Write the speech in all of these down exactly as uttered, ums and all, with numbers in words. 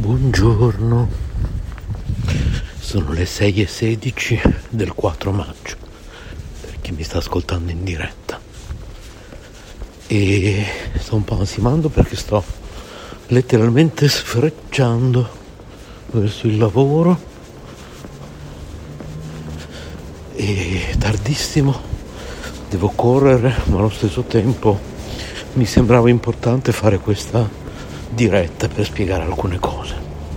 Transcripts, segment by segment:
Buongiorno, sono le sei e sedici del quattro maggio, per chi mi sta ascoltando in diretta, e sto un po' ansimando perché sto letteralmente sfrecciando verso il lavoro, e tardissimo, devo correre, ma allo stesso tempo mi sembrava importante fare questa diretta per spiegare alcune cose.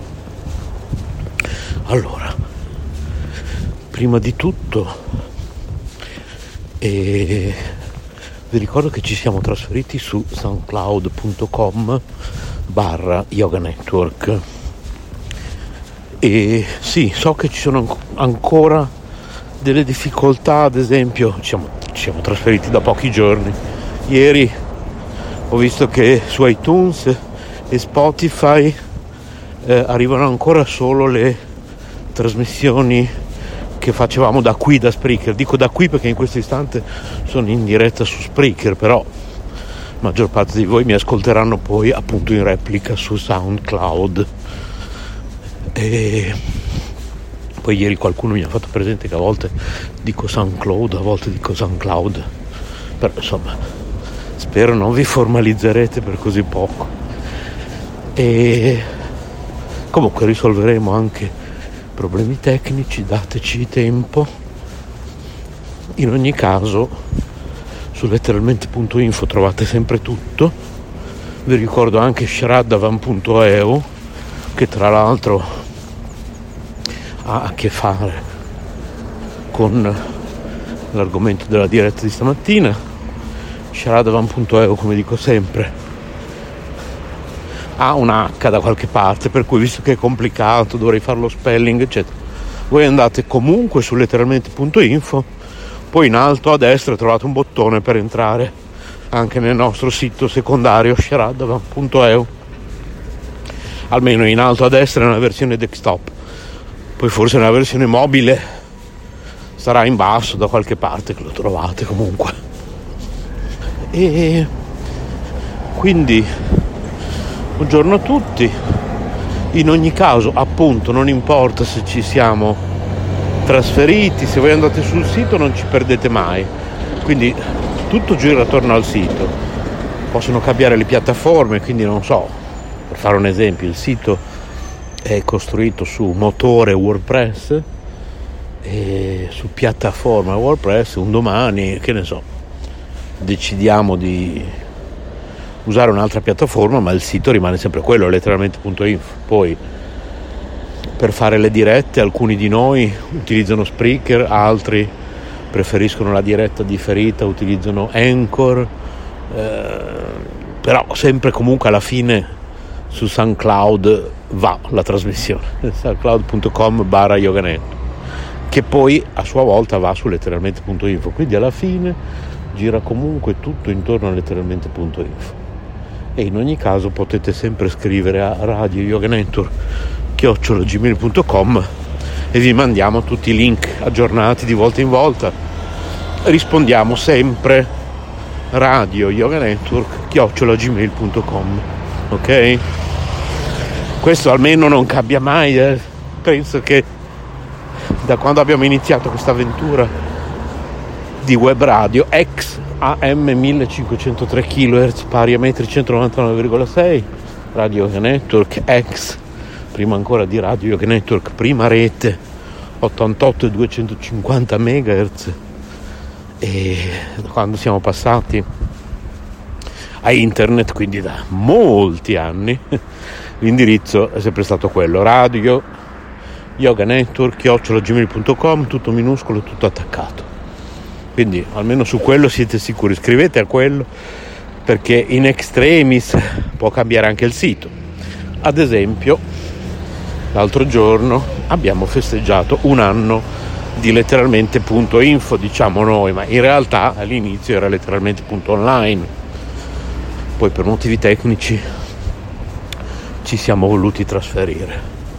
Allora, prima di tutto eh, vi ricordo che ci siamo trasferiti su soundcloud punto com barra yoga network, e sì, so che ci sono ancora delle difficoltà. Ad esempio ci siamo, ci siamo trasferiti da pochi giorni. Ieri ho visto che su iTunes e Spotify eh, arrivano ancora solo le trasmissioni che facevamo da qui, da Spreaker. Dico da qui perché in questo istante sono in diretta su Spreaker, però la maggior parte di voi mi ascolteranno poi appunto in replica su SoundCloud. E poi ieri qualcuno mi ha fatto presente che a volte dico SoundCloud, a volte dico SoundCloud, però insomma spero non vi formalizzerete per così poco. E comunque risolveremo anche problemi tecnici, dateci tempo. In ogni caso su letteralmente punto info trovate sempre tutto. Vi ricordo anche shraddhavan punto e u, che tra l'altro ha a che fare con l'argomento della diretta di stamattina. shraddhavan punto e u, come dico sempre, ha un H da qualche parte, per cui visto che è complicato dovrei fare lo spelling eccetera, voi andate comunque su letteralmente punto info, poi in alto a destra trovate un bottone per entrare anche nel nostro sito secondario shraddhavan punto e u, almeno in alto a destra nella versione desktop, poi forse nella versione mobile sarà in basso da qualche parte, che lo trovate comunque. E quindi buongiorno a tutti. In ogni caso, appunto, non importa se ci siamo trasferiti, se voi andate sul sito non ci perdete mai, quindi tutto gira attorno al sito. Possono cambiare le piattaforme, quindi non so, per fare un esempio, il sito è costruito su motore WordPress e su piattaforma WordPress. Un domani, che ne so, decidiamo di usare un'altra piattaforma, ma il sito rimane sempre quello, letteralmente punto info. Poi per fare le dirette alcuni di noi utilizzano Spreaker, altri preferiscono la diretta differita, utilizzano Anchor, eh, però sempre comunque alla fine su SoundCloud va la trasmissione, soundcloud punto com barra yoga network, che poi a sua volta va su letteralmente punto info, quindi alla fine gira comunque tutto intorno a letteralmente punto info. E in ogni caso potete sempre scrivere a radio yoga network chiocciola gmail punto com e vi mandiamo tutti i link aggiornati di volta in volta. Rispondiamo sempre radio yoga network chiocciola gmail punto com, ok? Questo almeno non cambia mai, eh? Penso che da quando abbiamo iniziato questa avventura di web radio ex A M millecinquecentotre chilohertz pari a metri centonovantanove virgola sei, Radio Yoga Network ex, prima ancora di Radio Yoga Network, prima rete ottantotto e duecentocinquanta megahertz, e quando siamo passati a internet, quindi da molti anni, l'indirizzo è sempre stato quello, Radio Yoga Network chiocciola gmail punto com, tutto minuscolo, tutto attaccato. Quindi almeno su quello siete sicuri, scrivete a quello, perché in extremis può cambiare anche il sito. Ad esempio l'altro giorno abbiamo festeggiato un anno di letteralmente punto info, diciamo noi, ma in realtà all'inizio era letteralmente punto online, poi per motivi tecnici ci siamo voluti trasferire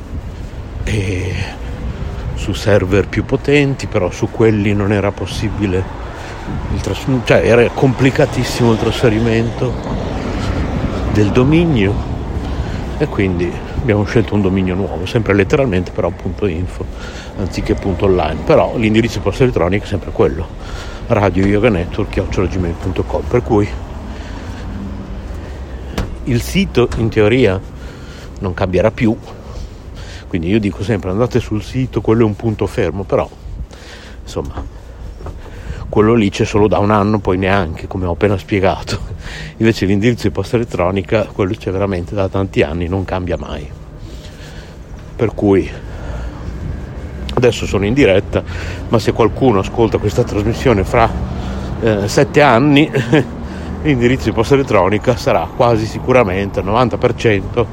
e su server più potenti, però su quelli non era possibile il tras- cioè era complicatissimo il trasferimento del dominio, e quindi abbiamo scelto un dominio nuovo, sempre letteralmente però punto info anziché punto online, però l'indirizzo di posta elettronica è sempre quello, radio yoga network chiocciola gmail punto com, per cui il sito in teoria non cambierà più, quindi io dico sempre andate sul sito, quello è un punto fermo, però insomma quello lì c'è solo da un anno, poi neanche, come ho appena spiegato. Invece l'indirizzo di posta elettronica, quello c'è veramente da tanti anni, non cambia mai. Per cui adesso sono in diretta, ma se qualcuno ascolta questa trasmissione fra eh, sette anni, l'indirizzo di posta elettronica sarà quasi sicuramente al novanta per cento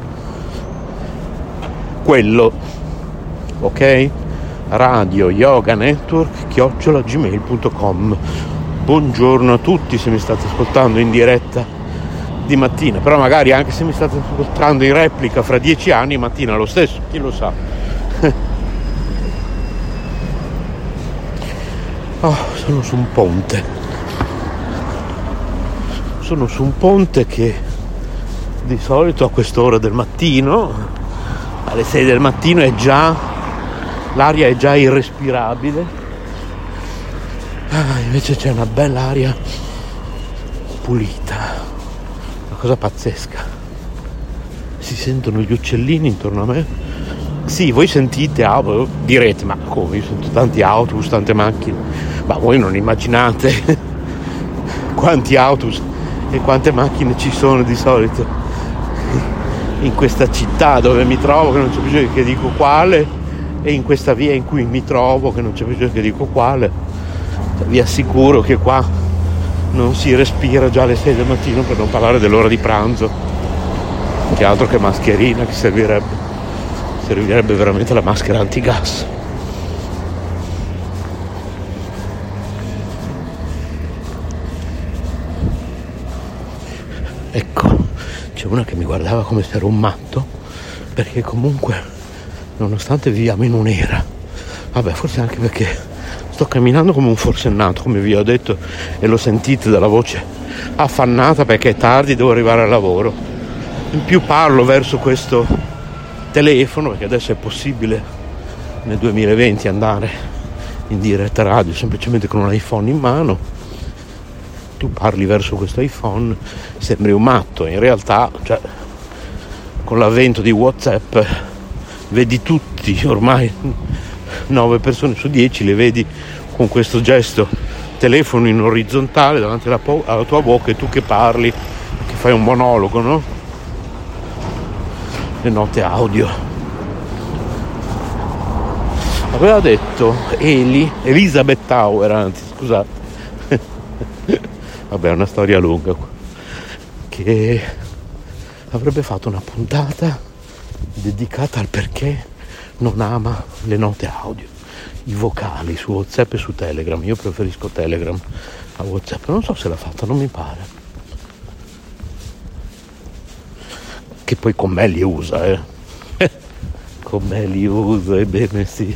quello, ok? Radio Yoga Network chiocciola gmail punto com. Buongiorno a tutti se mi state ascoltando in diretta di mattina, però magari anche se mi state ascoltando in replica fra dieci anni mattina lo stesso, chi lo sa. Oh, sono su un ponte sono su un ponte che di solito a quest'ora del mattino, alle sei del mattino, è già l'aria è già irrespirabile, ah, invece c'è una bella aria pulita, una cosa pazzesca. Si sentono gli uccellini intorno a me. Sì, voi sentite auto, direte ma come, io sento tanti autobus, tante macchine, ma voi non immaginate quanti autobus e quante macchine ci sono di solito in questa città dove mi trovo, che non c'è bisogno che dico quale, e in questa via in cui mi trovo, che non c'è bisogno che dico quale. Vi assicuro che qua non si respira già alle sei del mattino, per non parlare dell'ora di pranzo, che altro che mascherina, che servirebbe servirebbe veramente la maschera antigas. Ecco, c'è una che mi guardava come se ero un matto, perché comunque nonostante viviamo in un'era, vabbè, forse anche perché sto camminando come un forsennato, come vi ho detto, e lo sentite dalla voce affannata perché è tardi, devo arrivare al lavoro. In più parlo verso questo telefono, perché adesso è possibile nel duemilaventi andare in diretta radio semplicemente con un iPhone in mano. Tu parli verso questo iPhone, sembri un matto, in realtà, cioè, con l'avvento di WhatsApp vedi tutti, ormai nove persone su dieci le vedi con questo gesto, telefono in orizzontale davanti alla, po- alla tua bocca, e tu che parli, che fai un monologo, no? Le note audio. Aveva detto Eli, Elizabeth Tower, anzi, scusate, vabbè, è una storia lunga, che avrebbe fatto una puntata dedicata al perché non ama le note audio, i vocali su WhatsApp e su Telegram. Io preferisco Telegram a WhatsApp, non so se l'ha fatta, non mi pare, che poi con me li usa, eh con me li usa, ebbene sì.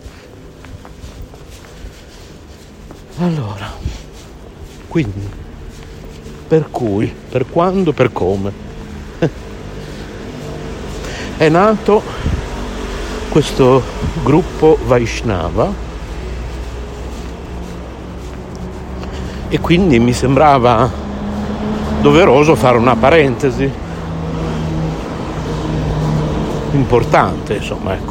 Allora, quindi, per cui, per quando, per come è nato questo gruppo Vaishnava, e quindi mi sembrava doveroso fare una parentesi importante, insomma, ecco,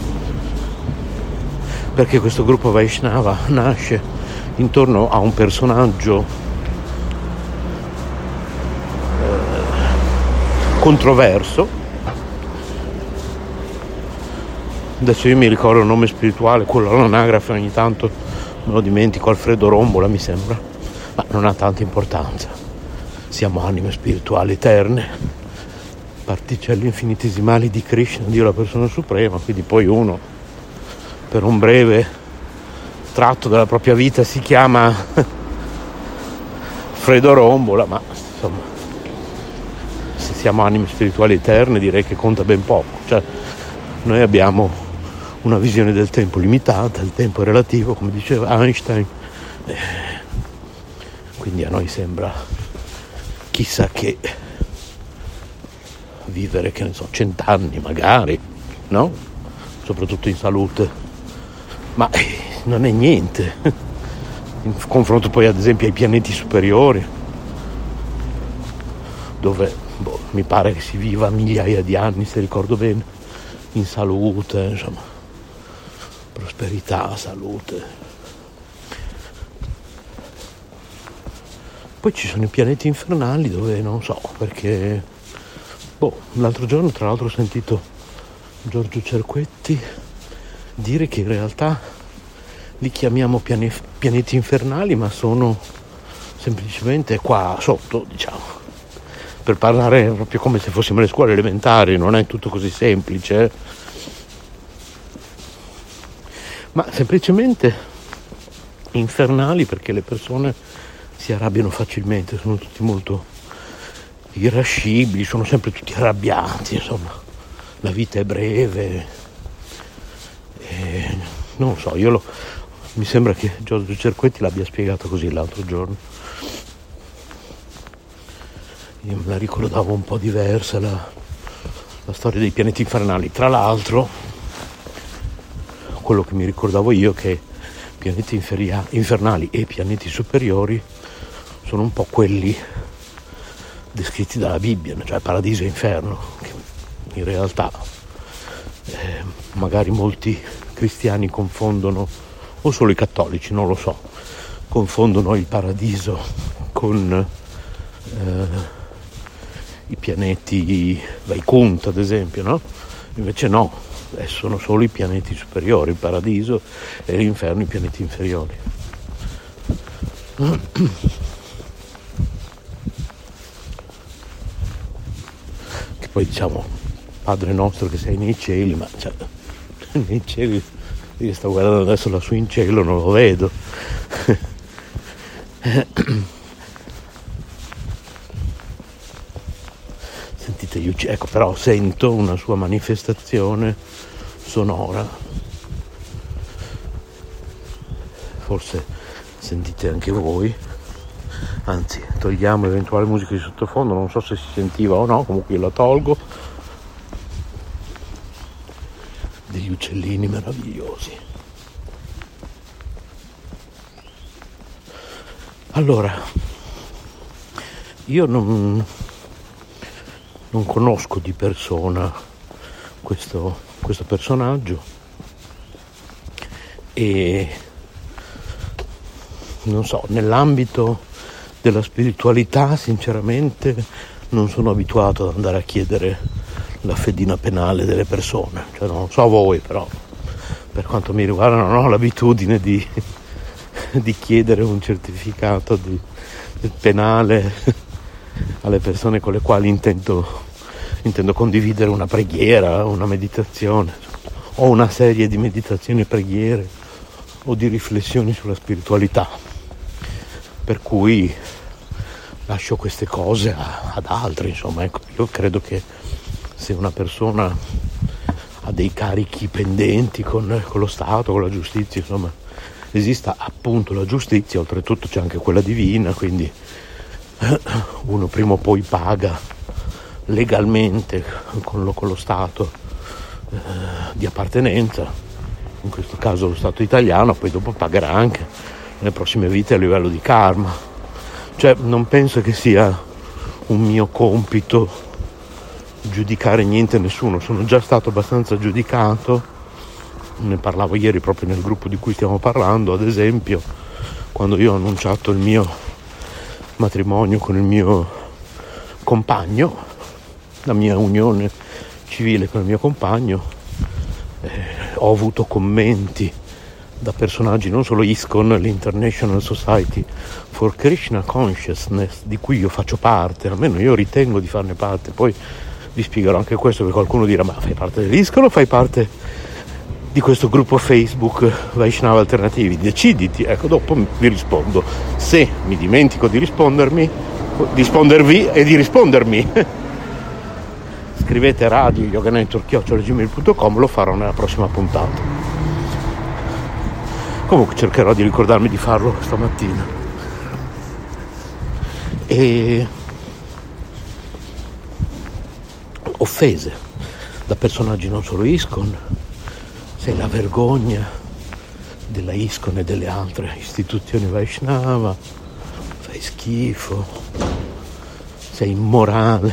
perché questo gruppo Vaishnava nasce intorno a un personaggio eh, controverso. Adesso io mi ricordo il nome spirituale, quello all'anagrafe ogni tanto me lo dimentico, Alfredo Rombola mi sembra, ma non ha tanta importanza. Siamo anime spirituali eterne, particelle infinitesimali di Krishna, Dio la persona suprema, quindi poi uno per un breve tratto della propria vita si chiama Alfredo Rombola, ma insomma, se siamo anime spirituali eterne direi che conta ben poco. Cioè, noi abbiamo una visione del tempo limitata, il tempo è relativo, come diceva Einstein, eh, quindi a noi sembra chissà che. vivere, che ne so, cent'anni magari, no? Soprattutto in salute, ma eh, non è niente in confronto poi ad esempio ai pianeti superiori, dove boh, mi pare che si viva migliaia di anni, se ricordo bene, in salute, insomma, prosperità, salute. Poi ci sono i pianeti infernali dove non so, perché boh, l'altro giorno tra l'altro ho sentito Giorgio Cerquetti dire che in realtà li chiamiamo piane- pianeti infernali, ma sono semplicemente qua sotto, diciamo, per parlare proprio come se fossimo alle scuole elementari. Non è tutto così semplice, ma semplicemente infernali perché le persone si arrabbiano facilmente, sono tutti molto irascibili, sono sempre tutti arrabbiati, insomma, la vita è breve e non so, io lo, mi sembra che Giorgio Cerquetti l'abbia spiegato così l'altro giorno. Io me la ricordavo un po' diversa la, la storia dei pianeti infernali. Tra l'altro, quello che mi ricordavo io è che pianeti inferia, infernali e pianeti superiori sono un po' quelli descritti dalla Bibbia, cioè paradiso e inferno, che in realtà eh, magari molti cristiani confondono, o solo i cattolici, non lo so, confondono il paradiso con eh, i pianeti Vaikunta, ad esempio, no? Invece no, eh, sono solo i pianeti superiori, il paradiso, e l'inferno i pianeti inferiori. Che poi diciamo, Padre nostro che sei nei cieli, ma cioè, nei cieli, io sto guardando adesso lassù in cielo, non lo vedo. Sentite gli uccelli, ecco, però sento una sua manifestazione sonora. Forse sentite anche voi. Anzi, togliamo eventuale musica di sottofondo, non so se si sentiva o no, comunque io la tolgo. Degli uccellini meravigliosi. Allora, io non, non conosco di persona questo, questo personaggio e non so, nell'ambito della spiritualità sinceramente non sono abituato ad andare a chiedere la fedina penale delle persone, cioè non so voi, però per quanto mi riguarda non ho l'abitudine di, di chiedere un certificato di, di penale alle persone con le quali intendo, intendo condividere una preghiera, una meditazione o una serie di meditazioni e preghiere o di riflessioni sulla spiritualità, per cui lascio queste cose a, ad altri, insomma. Ecco, io credo che se una persona ha dei carichi pendenti con, con lo Stato, con la giustizia, insomma, esista appunto la giustizia, oltretutto c'è anche quella divina, quindi uno prima o poi paga legalmente con lo, con lo Stato eh, di appartenenza, in questo caso lo Stato italiano, poi dopo pagherà anche nelle prossime vite a livello di karma. Cioè non penso che sia un mio compito giudicare niente e nessuno, sono già stato abbastanza giudicato, ne parlavo ieri proprio nel gruppo di cui stiamo parlando, ad esempio quando io ho annunciato il mio matrimonio con il mio compagno, la mia unione civile con il mio compagno, eh, ho avuto commenti da personaggi, non solo ISKCON, l'International Society for Krishna Consciousness, di cui io faccio parte, almeno io ritengo di farne parte, poi vi spiegherò anche questo, perché qualcuno dirà ma fai parte dell'ISKCON o fai parte di questo gruppo Facebook Vaishnava Alternativi? Deciditi. Ecco, dopo vi rispondo, se mi dimentico di rispondermi, di rispondervi e di rispondermi. Scrivete radio yoganetwork chiocciola gmail punto com, lo farò nella prossima puntata. Comunque cercherò di ricordarmi di farlo stamattina. E offese da personaggi non solo ISKCON. Sei la vergogna della ISKCON e delle altre istituzioni Vaishnava, fai schifo, sei immorale.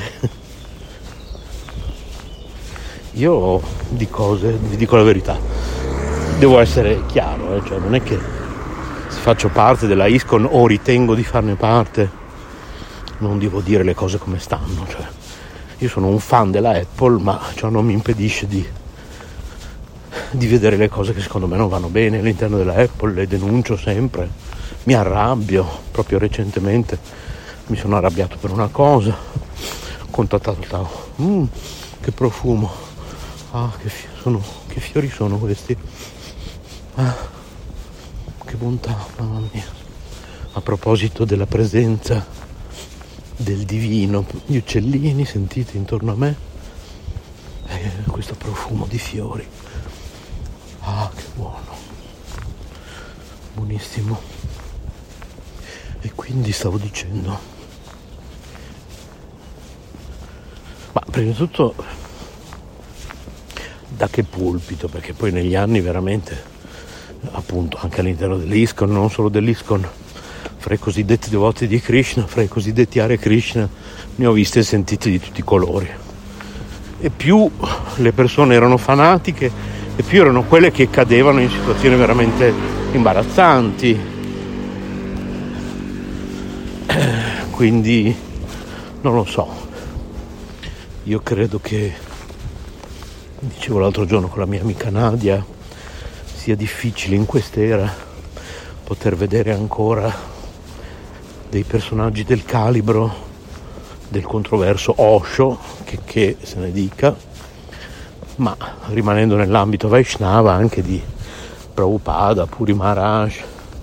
Io di cose, vi dico la verità, devo essere chiaro, eh? Cioè non è che se faccio parte della ISKCON o ritengo di farne parte non devo dire le cose come stanno, cioè io sono un fan della Apple, ma ciò non mi impedisce di di vedere le cose che secondo me non vanno bene all'interno della Apple, le denuncio sempre, mi arrabbio. Proprio recentemente mi sono arrabbiato per una cosa, ho contattato il tavolo, mm, che profumo, ah che, fi- sono, che fiori sono questi, ah, che bontà, mamma mia. A proposito della presenza del divino, gli uccellini sentite intorno a me, e questo profumo di fiori. Ah, che buono, buonissimo. E quindi stavo dicendo, ma prima di tutto da che pulpito, perché poi negli anni veramente, appunto anche all'interno dell'ISKCON, non solo dell'ISKCON, fra i cosiddetti devoti di Krishna, fra i cosiddetti Hare Krishna, ne ho viste e sentite di tutti i colori, e più le persone erano fanatiche e più erano quelle che cadevano in situazioni veramente imbarazzanti. Quindi non lo so, io credo che, dicevo l'altro giorno con la mia amica Nadia, sia difficile in quest'era poter vedere ancora dei personaggi del calibro del controverso Osho, che, che se ne dica, ma rimanendo nell'ambito Vaishnava anche di Prabhupada, Puri Maharaj,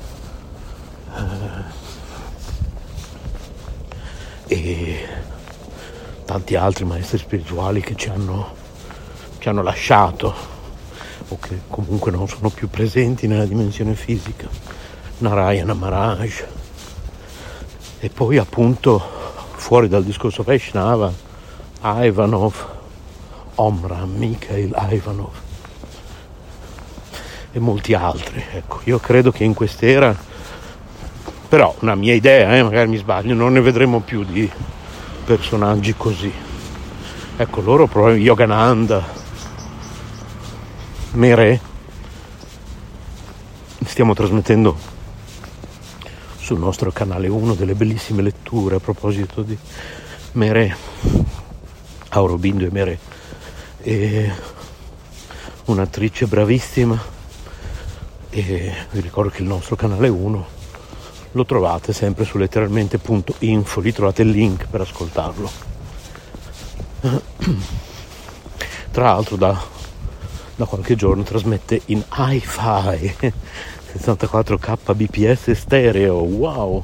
eh, e tanti altri maestri spirituali che ci hanno, ci hanno lasciato o che comunque non sono più presenti nella dimensione fisica, Narayana Maharaj. E poi appunto fuori dal discorso Vaishnava, Ivanov, Omram, Mikhail Ivanov e molti altri. Ecco, io credo che in quest'era, però una mia idea, eh, magari mi sbaglio, non ne vedremo più di personaggi così. Ecco, loro probabilmente Yogananda, Mere, stiamo trasmettendo sul nostro canale uno delle bellissime letture a proposito di Mere, Aurobindo e Mere, e un'attrice bravissima, e vi ricordo che il nostro canale uno lo trovate sempre su letteralmente punto info, lì trovate il link per ascoltarlo. Tra l'altro da, da qualche giorno trasmette in hi-fi sessantaquattro K B P S stereo, wow,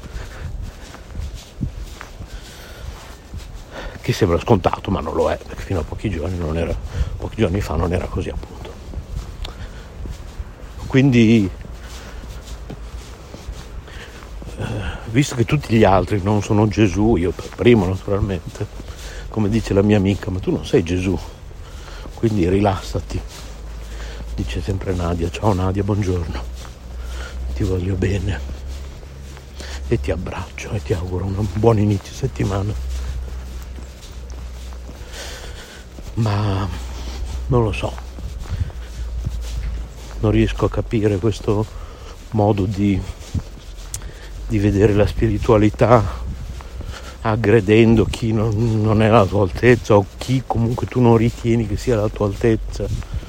che sembra scontato ma non lo è, perché fino a pochi giorni non era, pochi giorni fa non era così, appunto. Quindi eh, visto che tutti gli altri non sono Gesù, io per primo naturalmente, come dice la mia amica, ma tu non sei Gesù, quindi rilassati, dice sempre Nadia. Ciao Nadia, buongiorno, ti voglio bene e ti abbraccio e ti auguro un buon inizio settimana. Ma non lo so, non riesco a capire questo modo di, di vedere la spiritualità, aggredendo chi non, non è alla tua altezza o chi comunque tu non ritieni che sia alla tua altezza.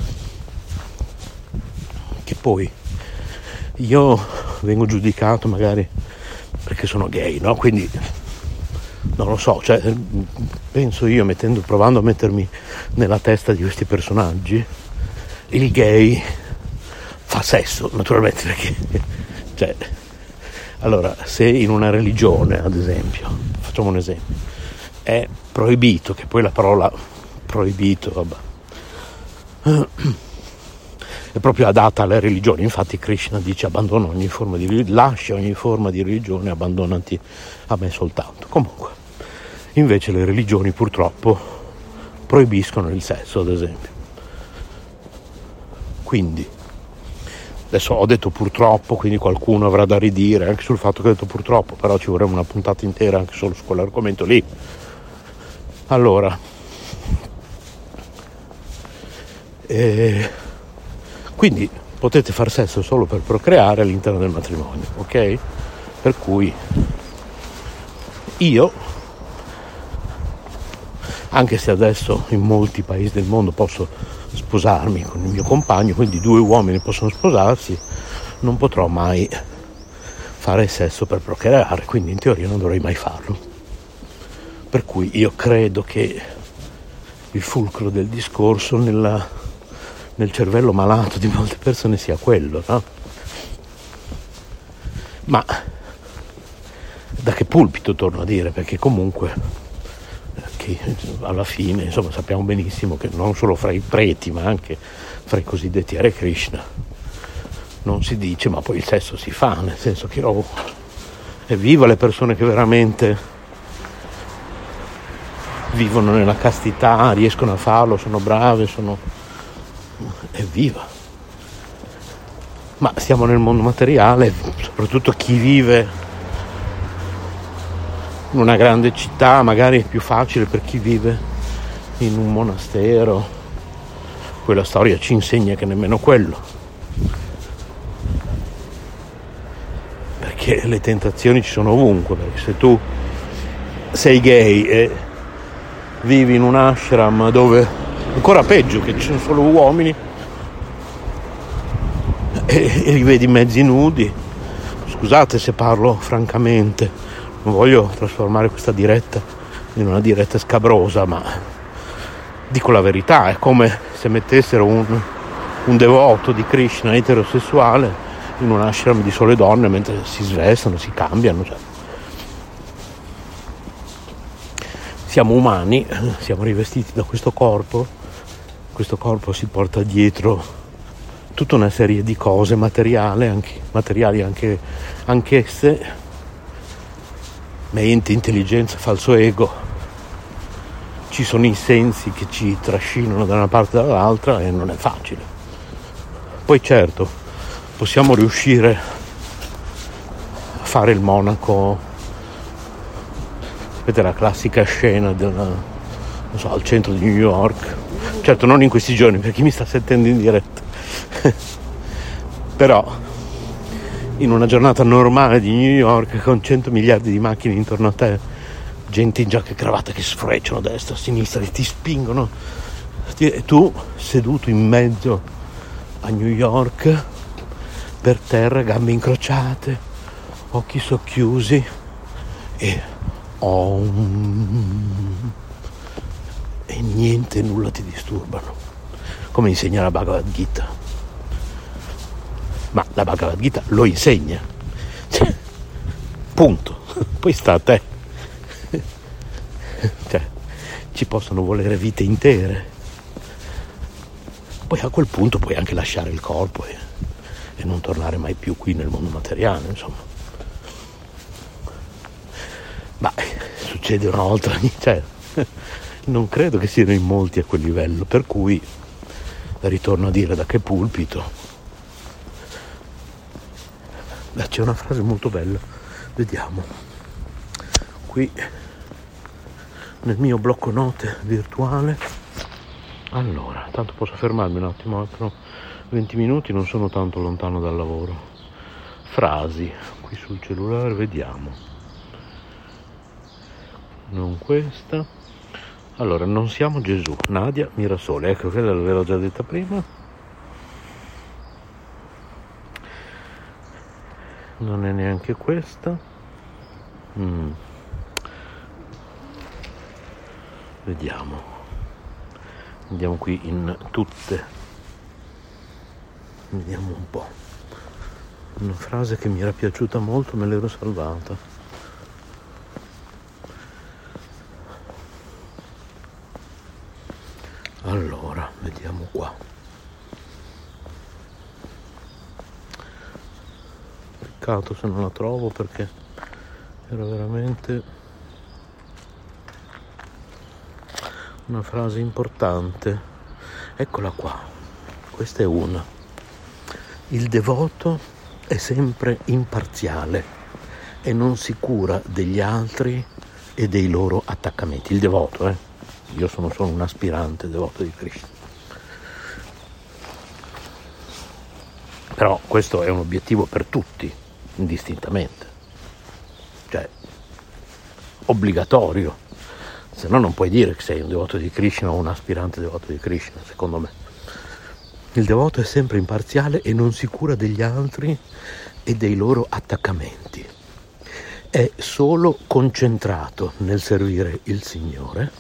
Che poi io vengo giudicato magari perché sono gay, no? Quindi non lo so, cioè penso io, mettendo, provando a mettermi nella testa di questi personaggi, il gay fa sesso naturalmente, perché cioè, allora, se in una religione, ad esempio, facciamo un esempio, è proibito, che poi la parola proibito, vabbè, è proprio adatta alle religioni, infatti Krishna dice abbandona ogni forma di religione, lascia ogni forma di religione, abbandonati a me soltanto. Comunque, invece le religioni purtroppo proibiscono il sesso, ad esempio. Quindi adesso ho detto purtroppo, quindi qualcuno avrà da ridire anche sul fatto che ho detto purtroppo, però ci vorrebbe una puntata intera anche solo su quell'argomento lì. Allora, eh, quindi potete far sesso solo per procreare all'interno del matrimonio, ok? Per cui io, anche se adesso in molti paesi del mondo posso sposarmi con il mio compagno, quindi due uomini possono sposarsi, non potrò mai fare sesso per procreare, quindi in teoria non dovrei mai farlo. Per cui io credo che il fulcro del discorso nella, nel cervello malato di molte persone sia quello, no? Ma da che pulpito, torno a dire, perché comunque che alla fine, insomma, sappiamo benissimo che non solo fra i preti ma anche fra i cosiddetti Hare Krishna non si dice ma poi il sesso si fa, nel senso che oh, evviva le persone che veramente vivono nella castità, riescono a farlo, sono brave, sono evviva. Ma siamo nel mondo materiale, soprattutto chi vive in una grande città, magari è più facile per chi vive in un monastero. Quella storia ci insegna che nemmeno quello, perché le tentazioni ci sono ovunque, perché se tu sei gay e vivi in un ashram dove, ancora peggio, che ci sono solo uomini e, e li vedi mezzi nudi, scusate se parlo francamente, non voglio trasformare questa diretta in una diretta scabrosa, ma dico la verità, è come se mettessero un, un devoto di Krishna eterosessuale in un ashram di sole donne mentre si svestono, si cambiano, cioè. Siamo umani, siamo rivestiti da questo corpo, questo corpo si porta dietro tutta una serie di cose materiali, anche, materiali anche anch'esse, mente, intelligenza, falso ego, ci sono i sensi che ci trascinano da una parte e dall'altra e non è facile. Poi certo, possiamo riuscire a fare il monaco, sapete la classica scena della, non so, al centro di New York, certo non in questi giorni per chi mi sta sentendo in diretta, però in una giornata normale di New York con cento miliardi di macchine intorno a te, gente in giacca e cravatta che sfrecciano a destra, a sinistra e ti spingono, e tu seduto in mezzo a New York per terra, gambe incrociate, occhi socchiusi e om, e niente, nulla ti disturbano, come insegna la Bhagavad Gita. Ma la Bhagavad Gita lo insegna, cioè, punto, poi sta a te. Cioè, ci possono volere vite intere, poi a quel punto puoi anche lasciare il corpo e, e non tornare mai più qui nel mondo materiale, insomma. Ma succede una volta ogni, cioè, non credo che siano in molti a quel livello, per cui ritorno a dire da che pulpito. Beh, c'è una frase molto bella, vediamo, qui nel mio blocco note virtuale. Allora, tanto posso fermarmi un attimo, altro venti minuti, non sono tanto lontano dal lavoro. Frasi, qui sul cellulare, vediamo. Non questa. Allora, non siamo Gesù, Nadia Mirasole, ecco, quella l'avevo già detta prima. Non è neanche questa. Mm. Vediamo. Andiamo qui in tutte. Vediamo un po'. Una frase che mi era piaciuta molto, me l'ero salvata. Allora, vediamo qua. Peccato se non la trovo perché era veramente una frase importante, eccola qua, questa è una: il devoto è sempre imparziale e non si cura degli altri e dei loro attaccamenti. Il devoto, eh? Io sono solo un aspirante devoto di Krishna. Però questo è un obiettivo per tutti, indistintamente. Cioè, obbligatorio. Se no non puoi dire che sei un devoto di Krishna o un aspirante devoto di Krishna, secondo me. Il devoto è sempre imparziale e non si cura degli altri e dei loro attaccamenti. È solo concentrato nel servire il Signore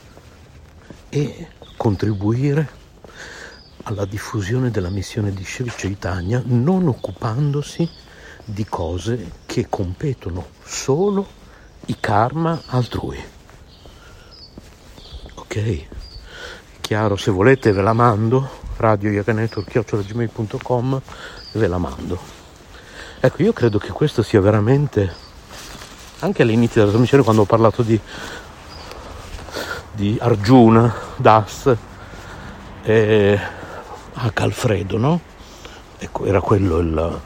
e contribuire alla diffusione della missione di Sri Chaitanya, non occupandosi di cose che competono solo i karma altrui. Ok? Chiaro? Se volete ve la mando, radio yoga network chiocciola gmail punto com, ve la mando. Ecco, io credo che questo sia veramente, anche all'inizio della trasmissione quando ho parlato di di Arjuna Das e anche Alfredo, no? Ecco, era quello il,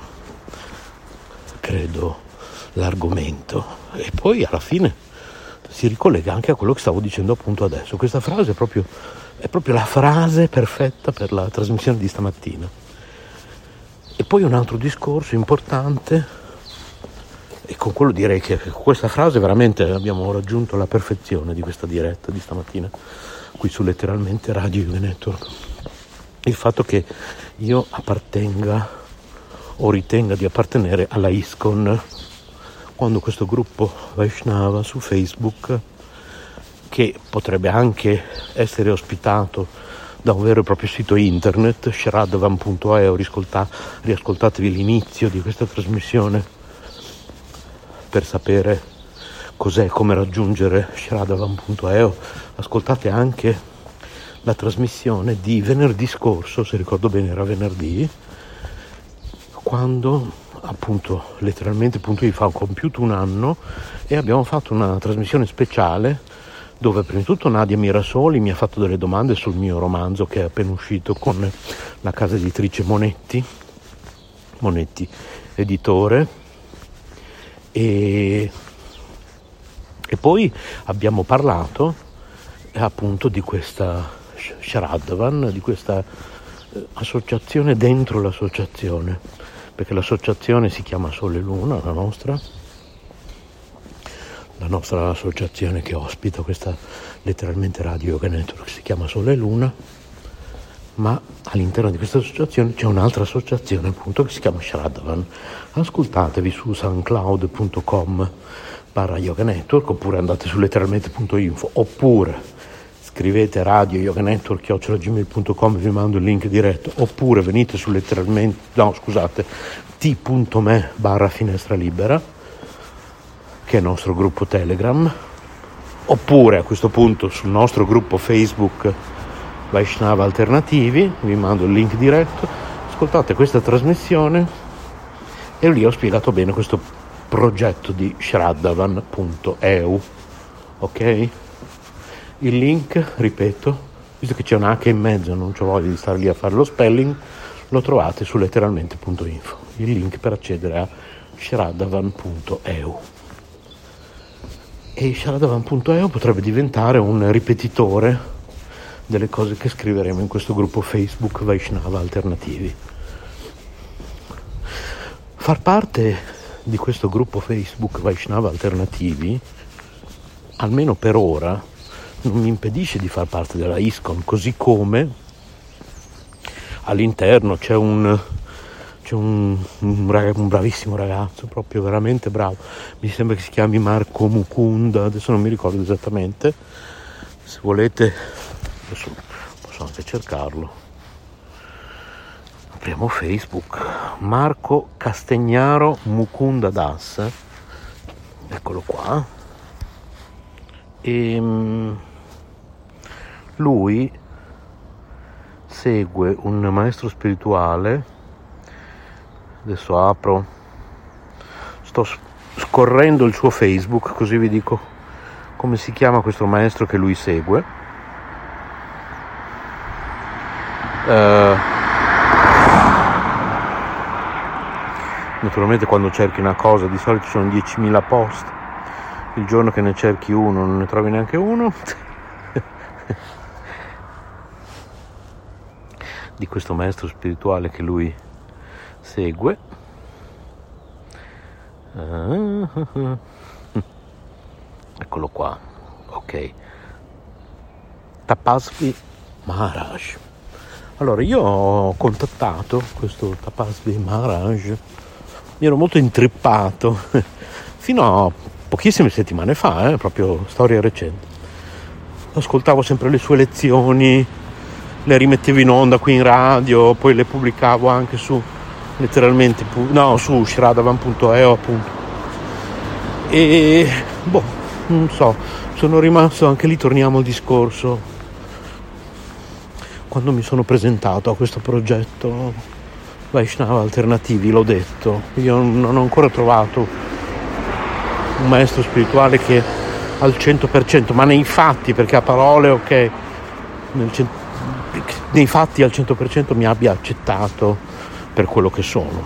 credo, l'argomento. E poi alla fine si ricollega anche a quello che stavo dicendo appunto adesso. Questa frase è proprio, è proprio la frase perfetta per la trasmissione di stamattina. E poi un altro discorso importante, e con quello direi che con questa frase veramente abbiamo raggiunto la perfezione di questa diretta di stamattina qui su letteralmente Radio Yoga Network. Il fatto che io appartenga o ritenga di appartenere alla ISKCON, quando questo gruppo Vaishnava su Facebook, che potrebbe anche essere ospitato da un vero e proprio sito internet, shraddhavan punto e o, riascoltatevi l'inizio di questa trasmissione per sapere cos'è, come raggiungere shraddhavan punto e o. Ascoltate anche la trasmissione di venerdì scorso, se ricordo bene era venerdì, quando appunto letteralmente punto i fa compiuto un anno e abbiamo fatto una trasmissione speciale dove prima di tutto Nadia Mirasoli mi ha fatto delle domande sul mio romanzo che è appena uscito con la casa editrice Monetti, Monetti editore, e, e poi abbiamo parlato appunto di questa Shraddhavan, di questa eh, associazione dentro l'associazione, perché l'associazione si chiama Sole Luna, la nostra la nostra associazione che ospita questa letteralmente Radio Yoga Network si chiama Sole Luna, ma all'interno di questa associazione c'è un'altra associazione appunto che si chiama Shraddhavan. Ascoltatevi su soundcloud punto com barra yoga network, oppure andate su letteralmente punto info, oppure scrivete radio yoga network chiocciola gmail punto com e vi mando il link diretto, oppure venite su letteralmente no scusate t punto m e barra finestra libera, che è il nostro gruppo Telegram, oppure a questo punto sul nostro gruppo Facebook Vaishnava Alternativi, vi mando il link diretto, ascoltate questa trasmissione e lì ho spiegato bene questo progetto di shraddhavan punto e u, ok? Il link, ripeto, visto che c'è un H in mezzo, non c'ho voglia di stare lì a fare lo spelling, lo trovate su letteralmente punto info, il link per accedere a shraddhavan punto e u. E shraddhavan punto e u potrebbe diventare un ripetitore delle cose che scriveremo in questo gruppo Facebook Vaishnava Alternativi. Far parte di questo gruppo Facebook Vaishnava Alternativi, almeno per ora, non mi impedisce di far parte della ISKCON, così come all'interno c'è un c'è un, un, rag- un bravissimo ragazzo, proprio veramente bravo, mi sembra che si chiami Marco Mukunda, adesso non mi ricordo esattamente, se volete adesso posso anche cercarlo, apriamo Facebook, Marco Castegnaro Mukunda Das, eccolo qua, e lui segue un maestro spirituale. Adesso apro, sto scorrendo il suo Facebook così vi dico come si chiama questo maestro che lui segue. Uh, naturalmente quando cerchi una cosa di solito ci sono diecimila post, il giorno che ne cerchi uno non ne trovi neanche uno. Di questo maestro spirituale che lui segue. Uh, eccolo qua, ok. Tapasvi Maharaj. Allora io ho contattato questo Tapasvi Maharaj, mi ero molto intrippato fino a pochissime settimane fa, eh, proprio storia recente. Ascoltavo sempre le sue lezioni, le rimettevo in onda qui in radio, poi le pubblicavo anche su letteralmente no su Shradavan punto e o appunto, e boh, non so, sono rimasto anche lì. Torniamo al discorso, quando mi sono presentato a questo progetto Vaishnava Alternativi, l'ho detto, io non ho ancora trovato un maestro spirituale che al cento per cento, ma nei fatti, perché a parole ok, nel cent- nei fatti al cento per cento mi abbia accettato per quello che sono.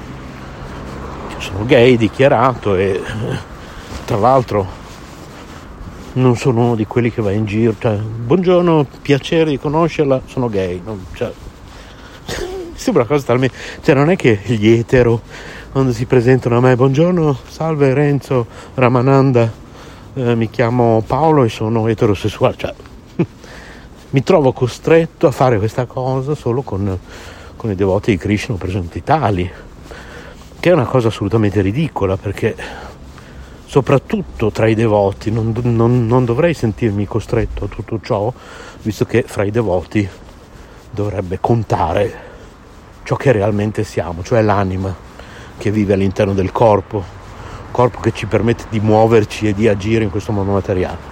Sono gay dichiarato e tra l'altro non sono uno di quelli che va in giro, cioè buongiorno, piacere di conoscerla, sono gay, non, cioè, sembra una cosa talmente, cioè non è che gli etero quando si presentano a me, buongiorno, salve Renzo Ramananda, eh, mi chiamo Paolo e sono eterosessuale, cioè mi trovo costretto a fare questa cosa solo con, con i devoti di Krishna presenti tali, che è una cosa assolutamente ridicola, perché soprattutto tra i devoti non, non, non dovrei sentirmi costretto a tutto ciò, visto che fra i devoti dovrebbe contare ciò che realmente siamo, cioè l'anima che vive all'interno del corpo, corpo che ci permette di muoverci e di agire in questo mondo materiale.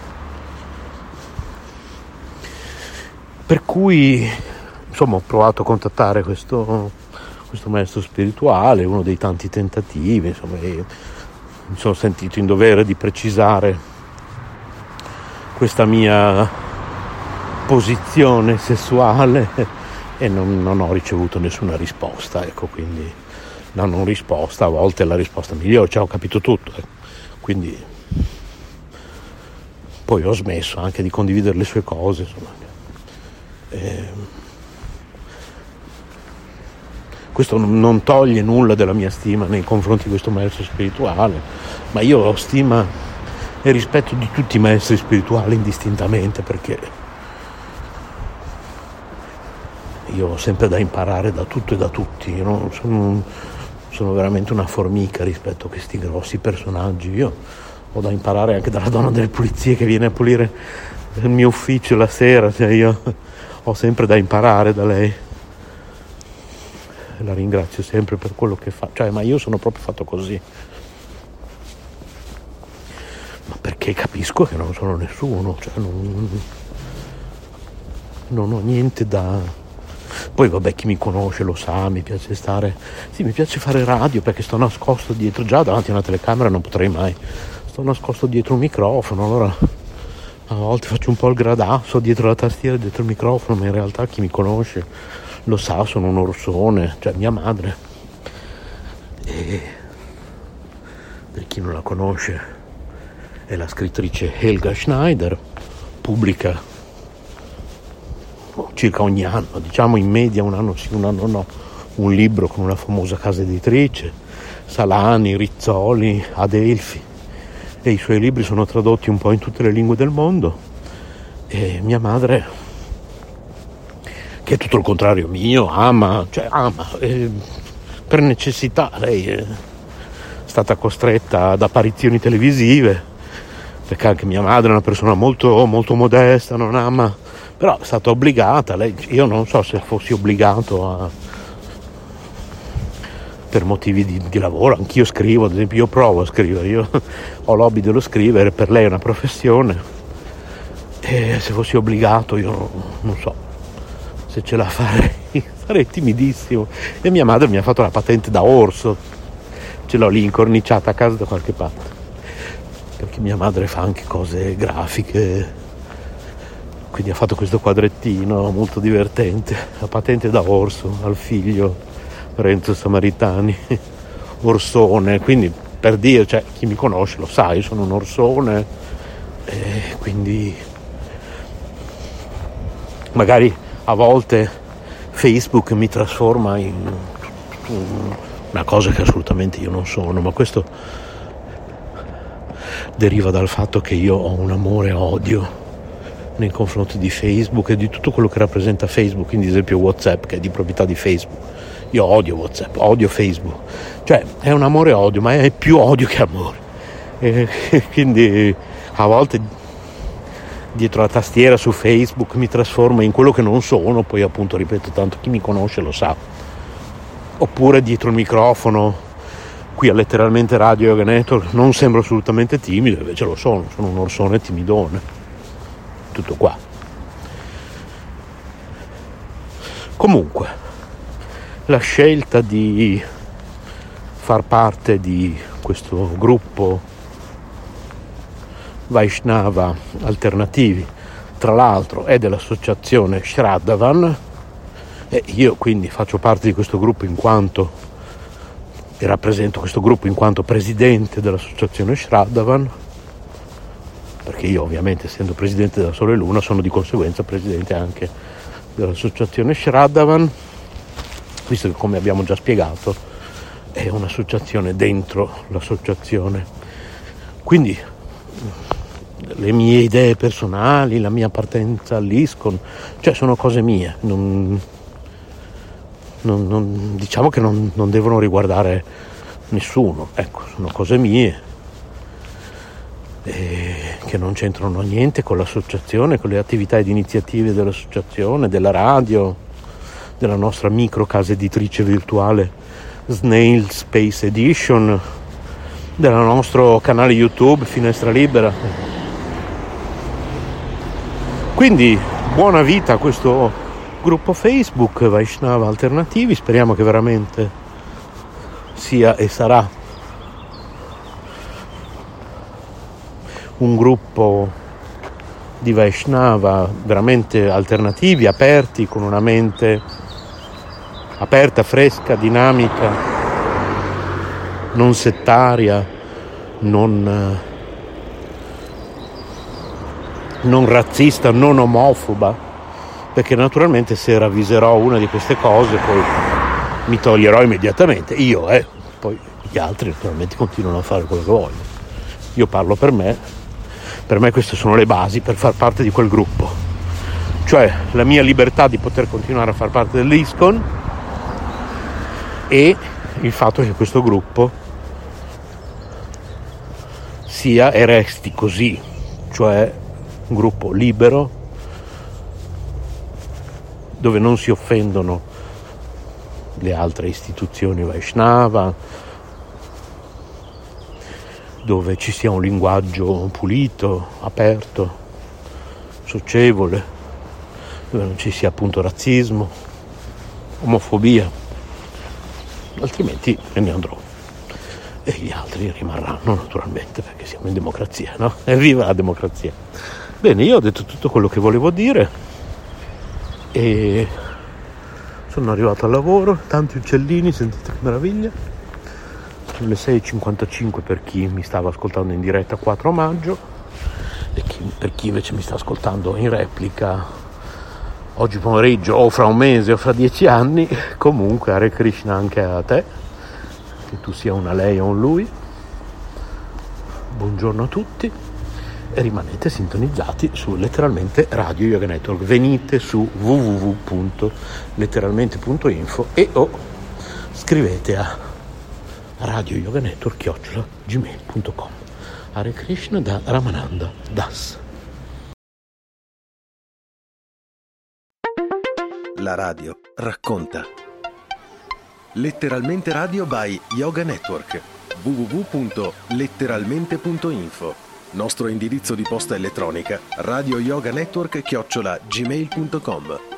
Per cui insomma ho provato a contattare questo, questo maestro spirituale, uno dei tanti tentativi, insomma, e mi sono sentito in dovere di precisare questa mia posizione sessuale e non, non ho ricevuto nessuna risposta, ecco, quindi la non risposta a volte è la risposta migliore, cioè ho capito tutto, eh. Quindi poi ho smesso anche di condividere le sue cose, insomma. Eh, questo non toglie nulla della mia stima nei confronti di questo maestro spirituale, ma io ho stima e rispetto di tutti i maestri spirituali indistintamente, perché io ho sempre da imparare da tutto e da tutti. Io non sono, sono veramente una formica rispetto a questi grossi personaggi. Io ho da imparare anche dalla donna delle pulizie che viene a pulire il mio ufficio la sera, cioè io ho sempre da imparare da lei. La ringrazio sempre per quello che fa, cioè, ma io sono proprio fatto così, ma perché capisco che non sono nessuno, cioè non, non ho niente da... Poi vabbè, chi mi conosce lo sa, mi piace stare, sì, mi piace fare radio perché sto nascosto dietro, già davanti a una telecamera non potrei mai, sto nascosto dietro un microfono, allora a volte faccio un po' il gradasso dietro la tastiera, dietro il microfono, ma in realtà chi mi conosce lo sa, sono un orsone, cioè mia madre, e per chi non la conosce è la scrittrice Helga Schneider, pubblica circa ogni anno, diciamo in media un anno sì, un anno no, un libro con una famosa casa editrice, Salani, Rizzoli, Adelphi, e i suoi libri sono tradotti un po' in tutte le lingue del mondo. E mia madre, che è tutto il contrario mio, ama, cioè ama, eh, per necessità, lei è stata costretta ad apparizioni televisive, perché anche mia madre è una persona molto, molto modesta, non ama, però è stata obbligata, lei, io non so se fossi obbligato a, per motivi di, di lavoro, anch'io scrivo, ad esempio io provo a scrivere, io ho l'hobby dello scrivere, per lei è una professione, e se fossi obbligato io non so se ce la farei, sarei timidissimo. E mia madre mi ha fatto la patente da orso, ce l'ho lì incorniciata a casa da qualche parte, perché mia madre fa anche cose grafiche, quindi ha fatto questo quadrettino molto divertente, la patente da orso al figlio Renzo Samaritani, orsone, quindi per dire, cioè chi mi conosce lo sa, io sono un orsone, e quindi magari a volte Facebook mi trasforma in una cosa che assolutamente io non sono, ma questo deriva dal fatto che io ho un amore e odio nei confronti di Facebook e di tutto quello che rappresenta Facebook, quindi ad esempio WhatsApp, che è di proprietà di Facebook. Io odio WhatsApp, odio Facebook, cioè è un amore e odio, ma è più odio che amore, e quindi a volte dietro la tastiera su Facebook mi trasforma in quello che non sono, poi appunto ripeto, tanto chi mi conosce lo sa. Oppure dietro il microfono qui a Letteralmente Radio Yoga Network non sembro assolutamente timido, invece lo sono, sono un orsone timidone, tutto qua. Comunque la scelta di far parte di questo gruppo Vaishnava alternativi, tra l'altro è dell'associazione Shraddhavan, e io quindi faccio parte di questo gruppo in quanto e rappresento questo gruppo in quanto presidente dell'associazione Shraddhavan, perché io ovviamente essendo presidente della Sole Luna sono di conseguenza presidente anche dell'associazione Shraddhavan, visto che, come abbiamo già spiegato, è un'associazione dentro l'associazione. Quindi le mie idee personali, la mia appartenenza all'ISKCON, cioè sono cose mie, non, non, non, diciamo che non, non devono riguardare nessuno, ecco, sono cose mie e che non c'entrano niente con l'associazione, con le attività ed iniziative dell'associazione, della radio, della nostra micro casa editrice virtuale Snail Space Edition, del nostro canale YouTube Finestra Libera. Quindi buona vita a questo gruppo Facebook Vaishnava Alternativi, speriamo che veramente sia e sarà un gruppo di Vaishnava veramente alternativi, aperti, con una mente aperta, fresca, dinamica, non settaria, non, non razzista, non omofoba, perché naturalmente se ravviserò una di queste cose poi mi toglierò immediatamente, io, eh, poi gli altri naturalmente continuano a fare quello che vogliono. Io parlo per me. Per me queste sono le basi per far parte di quel gruppo, cioè la mia libertà di poter continuare a far parte dell'ISKCON e il fatto che questo gruppo sia e resti così, cioè un gruppo libero dove non si offendono le altre istituzioni Vaishnava, dove ci sia un linguaggio pulito, aperto, socievole, dove non ci sia appunto razzismo, omofobia, altrimenti me ne andrò e gli altri rimarranno naturalmente, perché siamo in democrazia, no? Evviva la democrazia! Bene, io ho detto tutto quello che volevo dire e sono arrivato al lavoro, tanti uccellini, sentite che meraviglia. Sono le sei e cinquantacinque per chi mi stava ascoltando in diretta quattro maggio e chi, per chi invece mi sta ascoltando in replica oggi pomeriggio o fra un mese o fra dieci anni. Comunque Hare Krishna anche a te, che tu sia una lei o un lui. Buongiorno a tutti e rimanete sintonizzati su Letteralmente Radio Yoga Network. Venite su w w w punto letteralmente punto info e o scrivete a Radio Yoga Network chiocciola gmail punto com. Hare Krishna da Ramananda Das. La radio racconta. Letteralmente Radio by Yoga Network. w w w punto letteralmente punto info. Nostro indirizzo di posta elettronica radio yoga network chiocciola gmail punto com.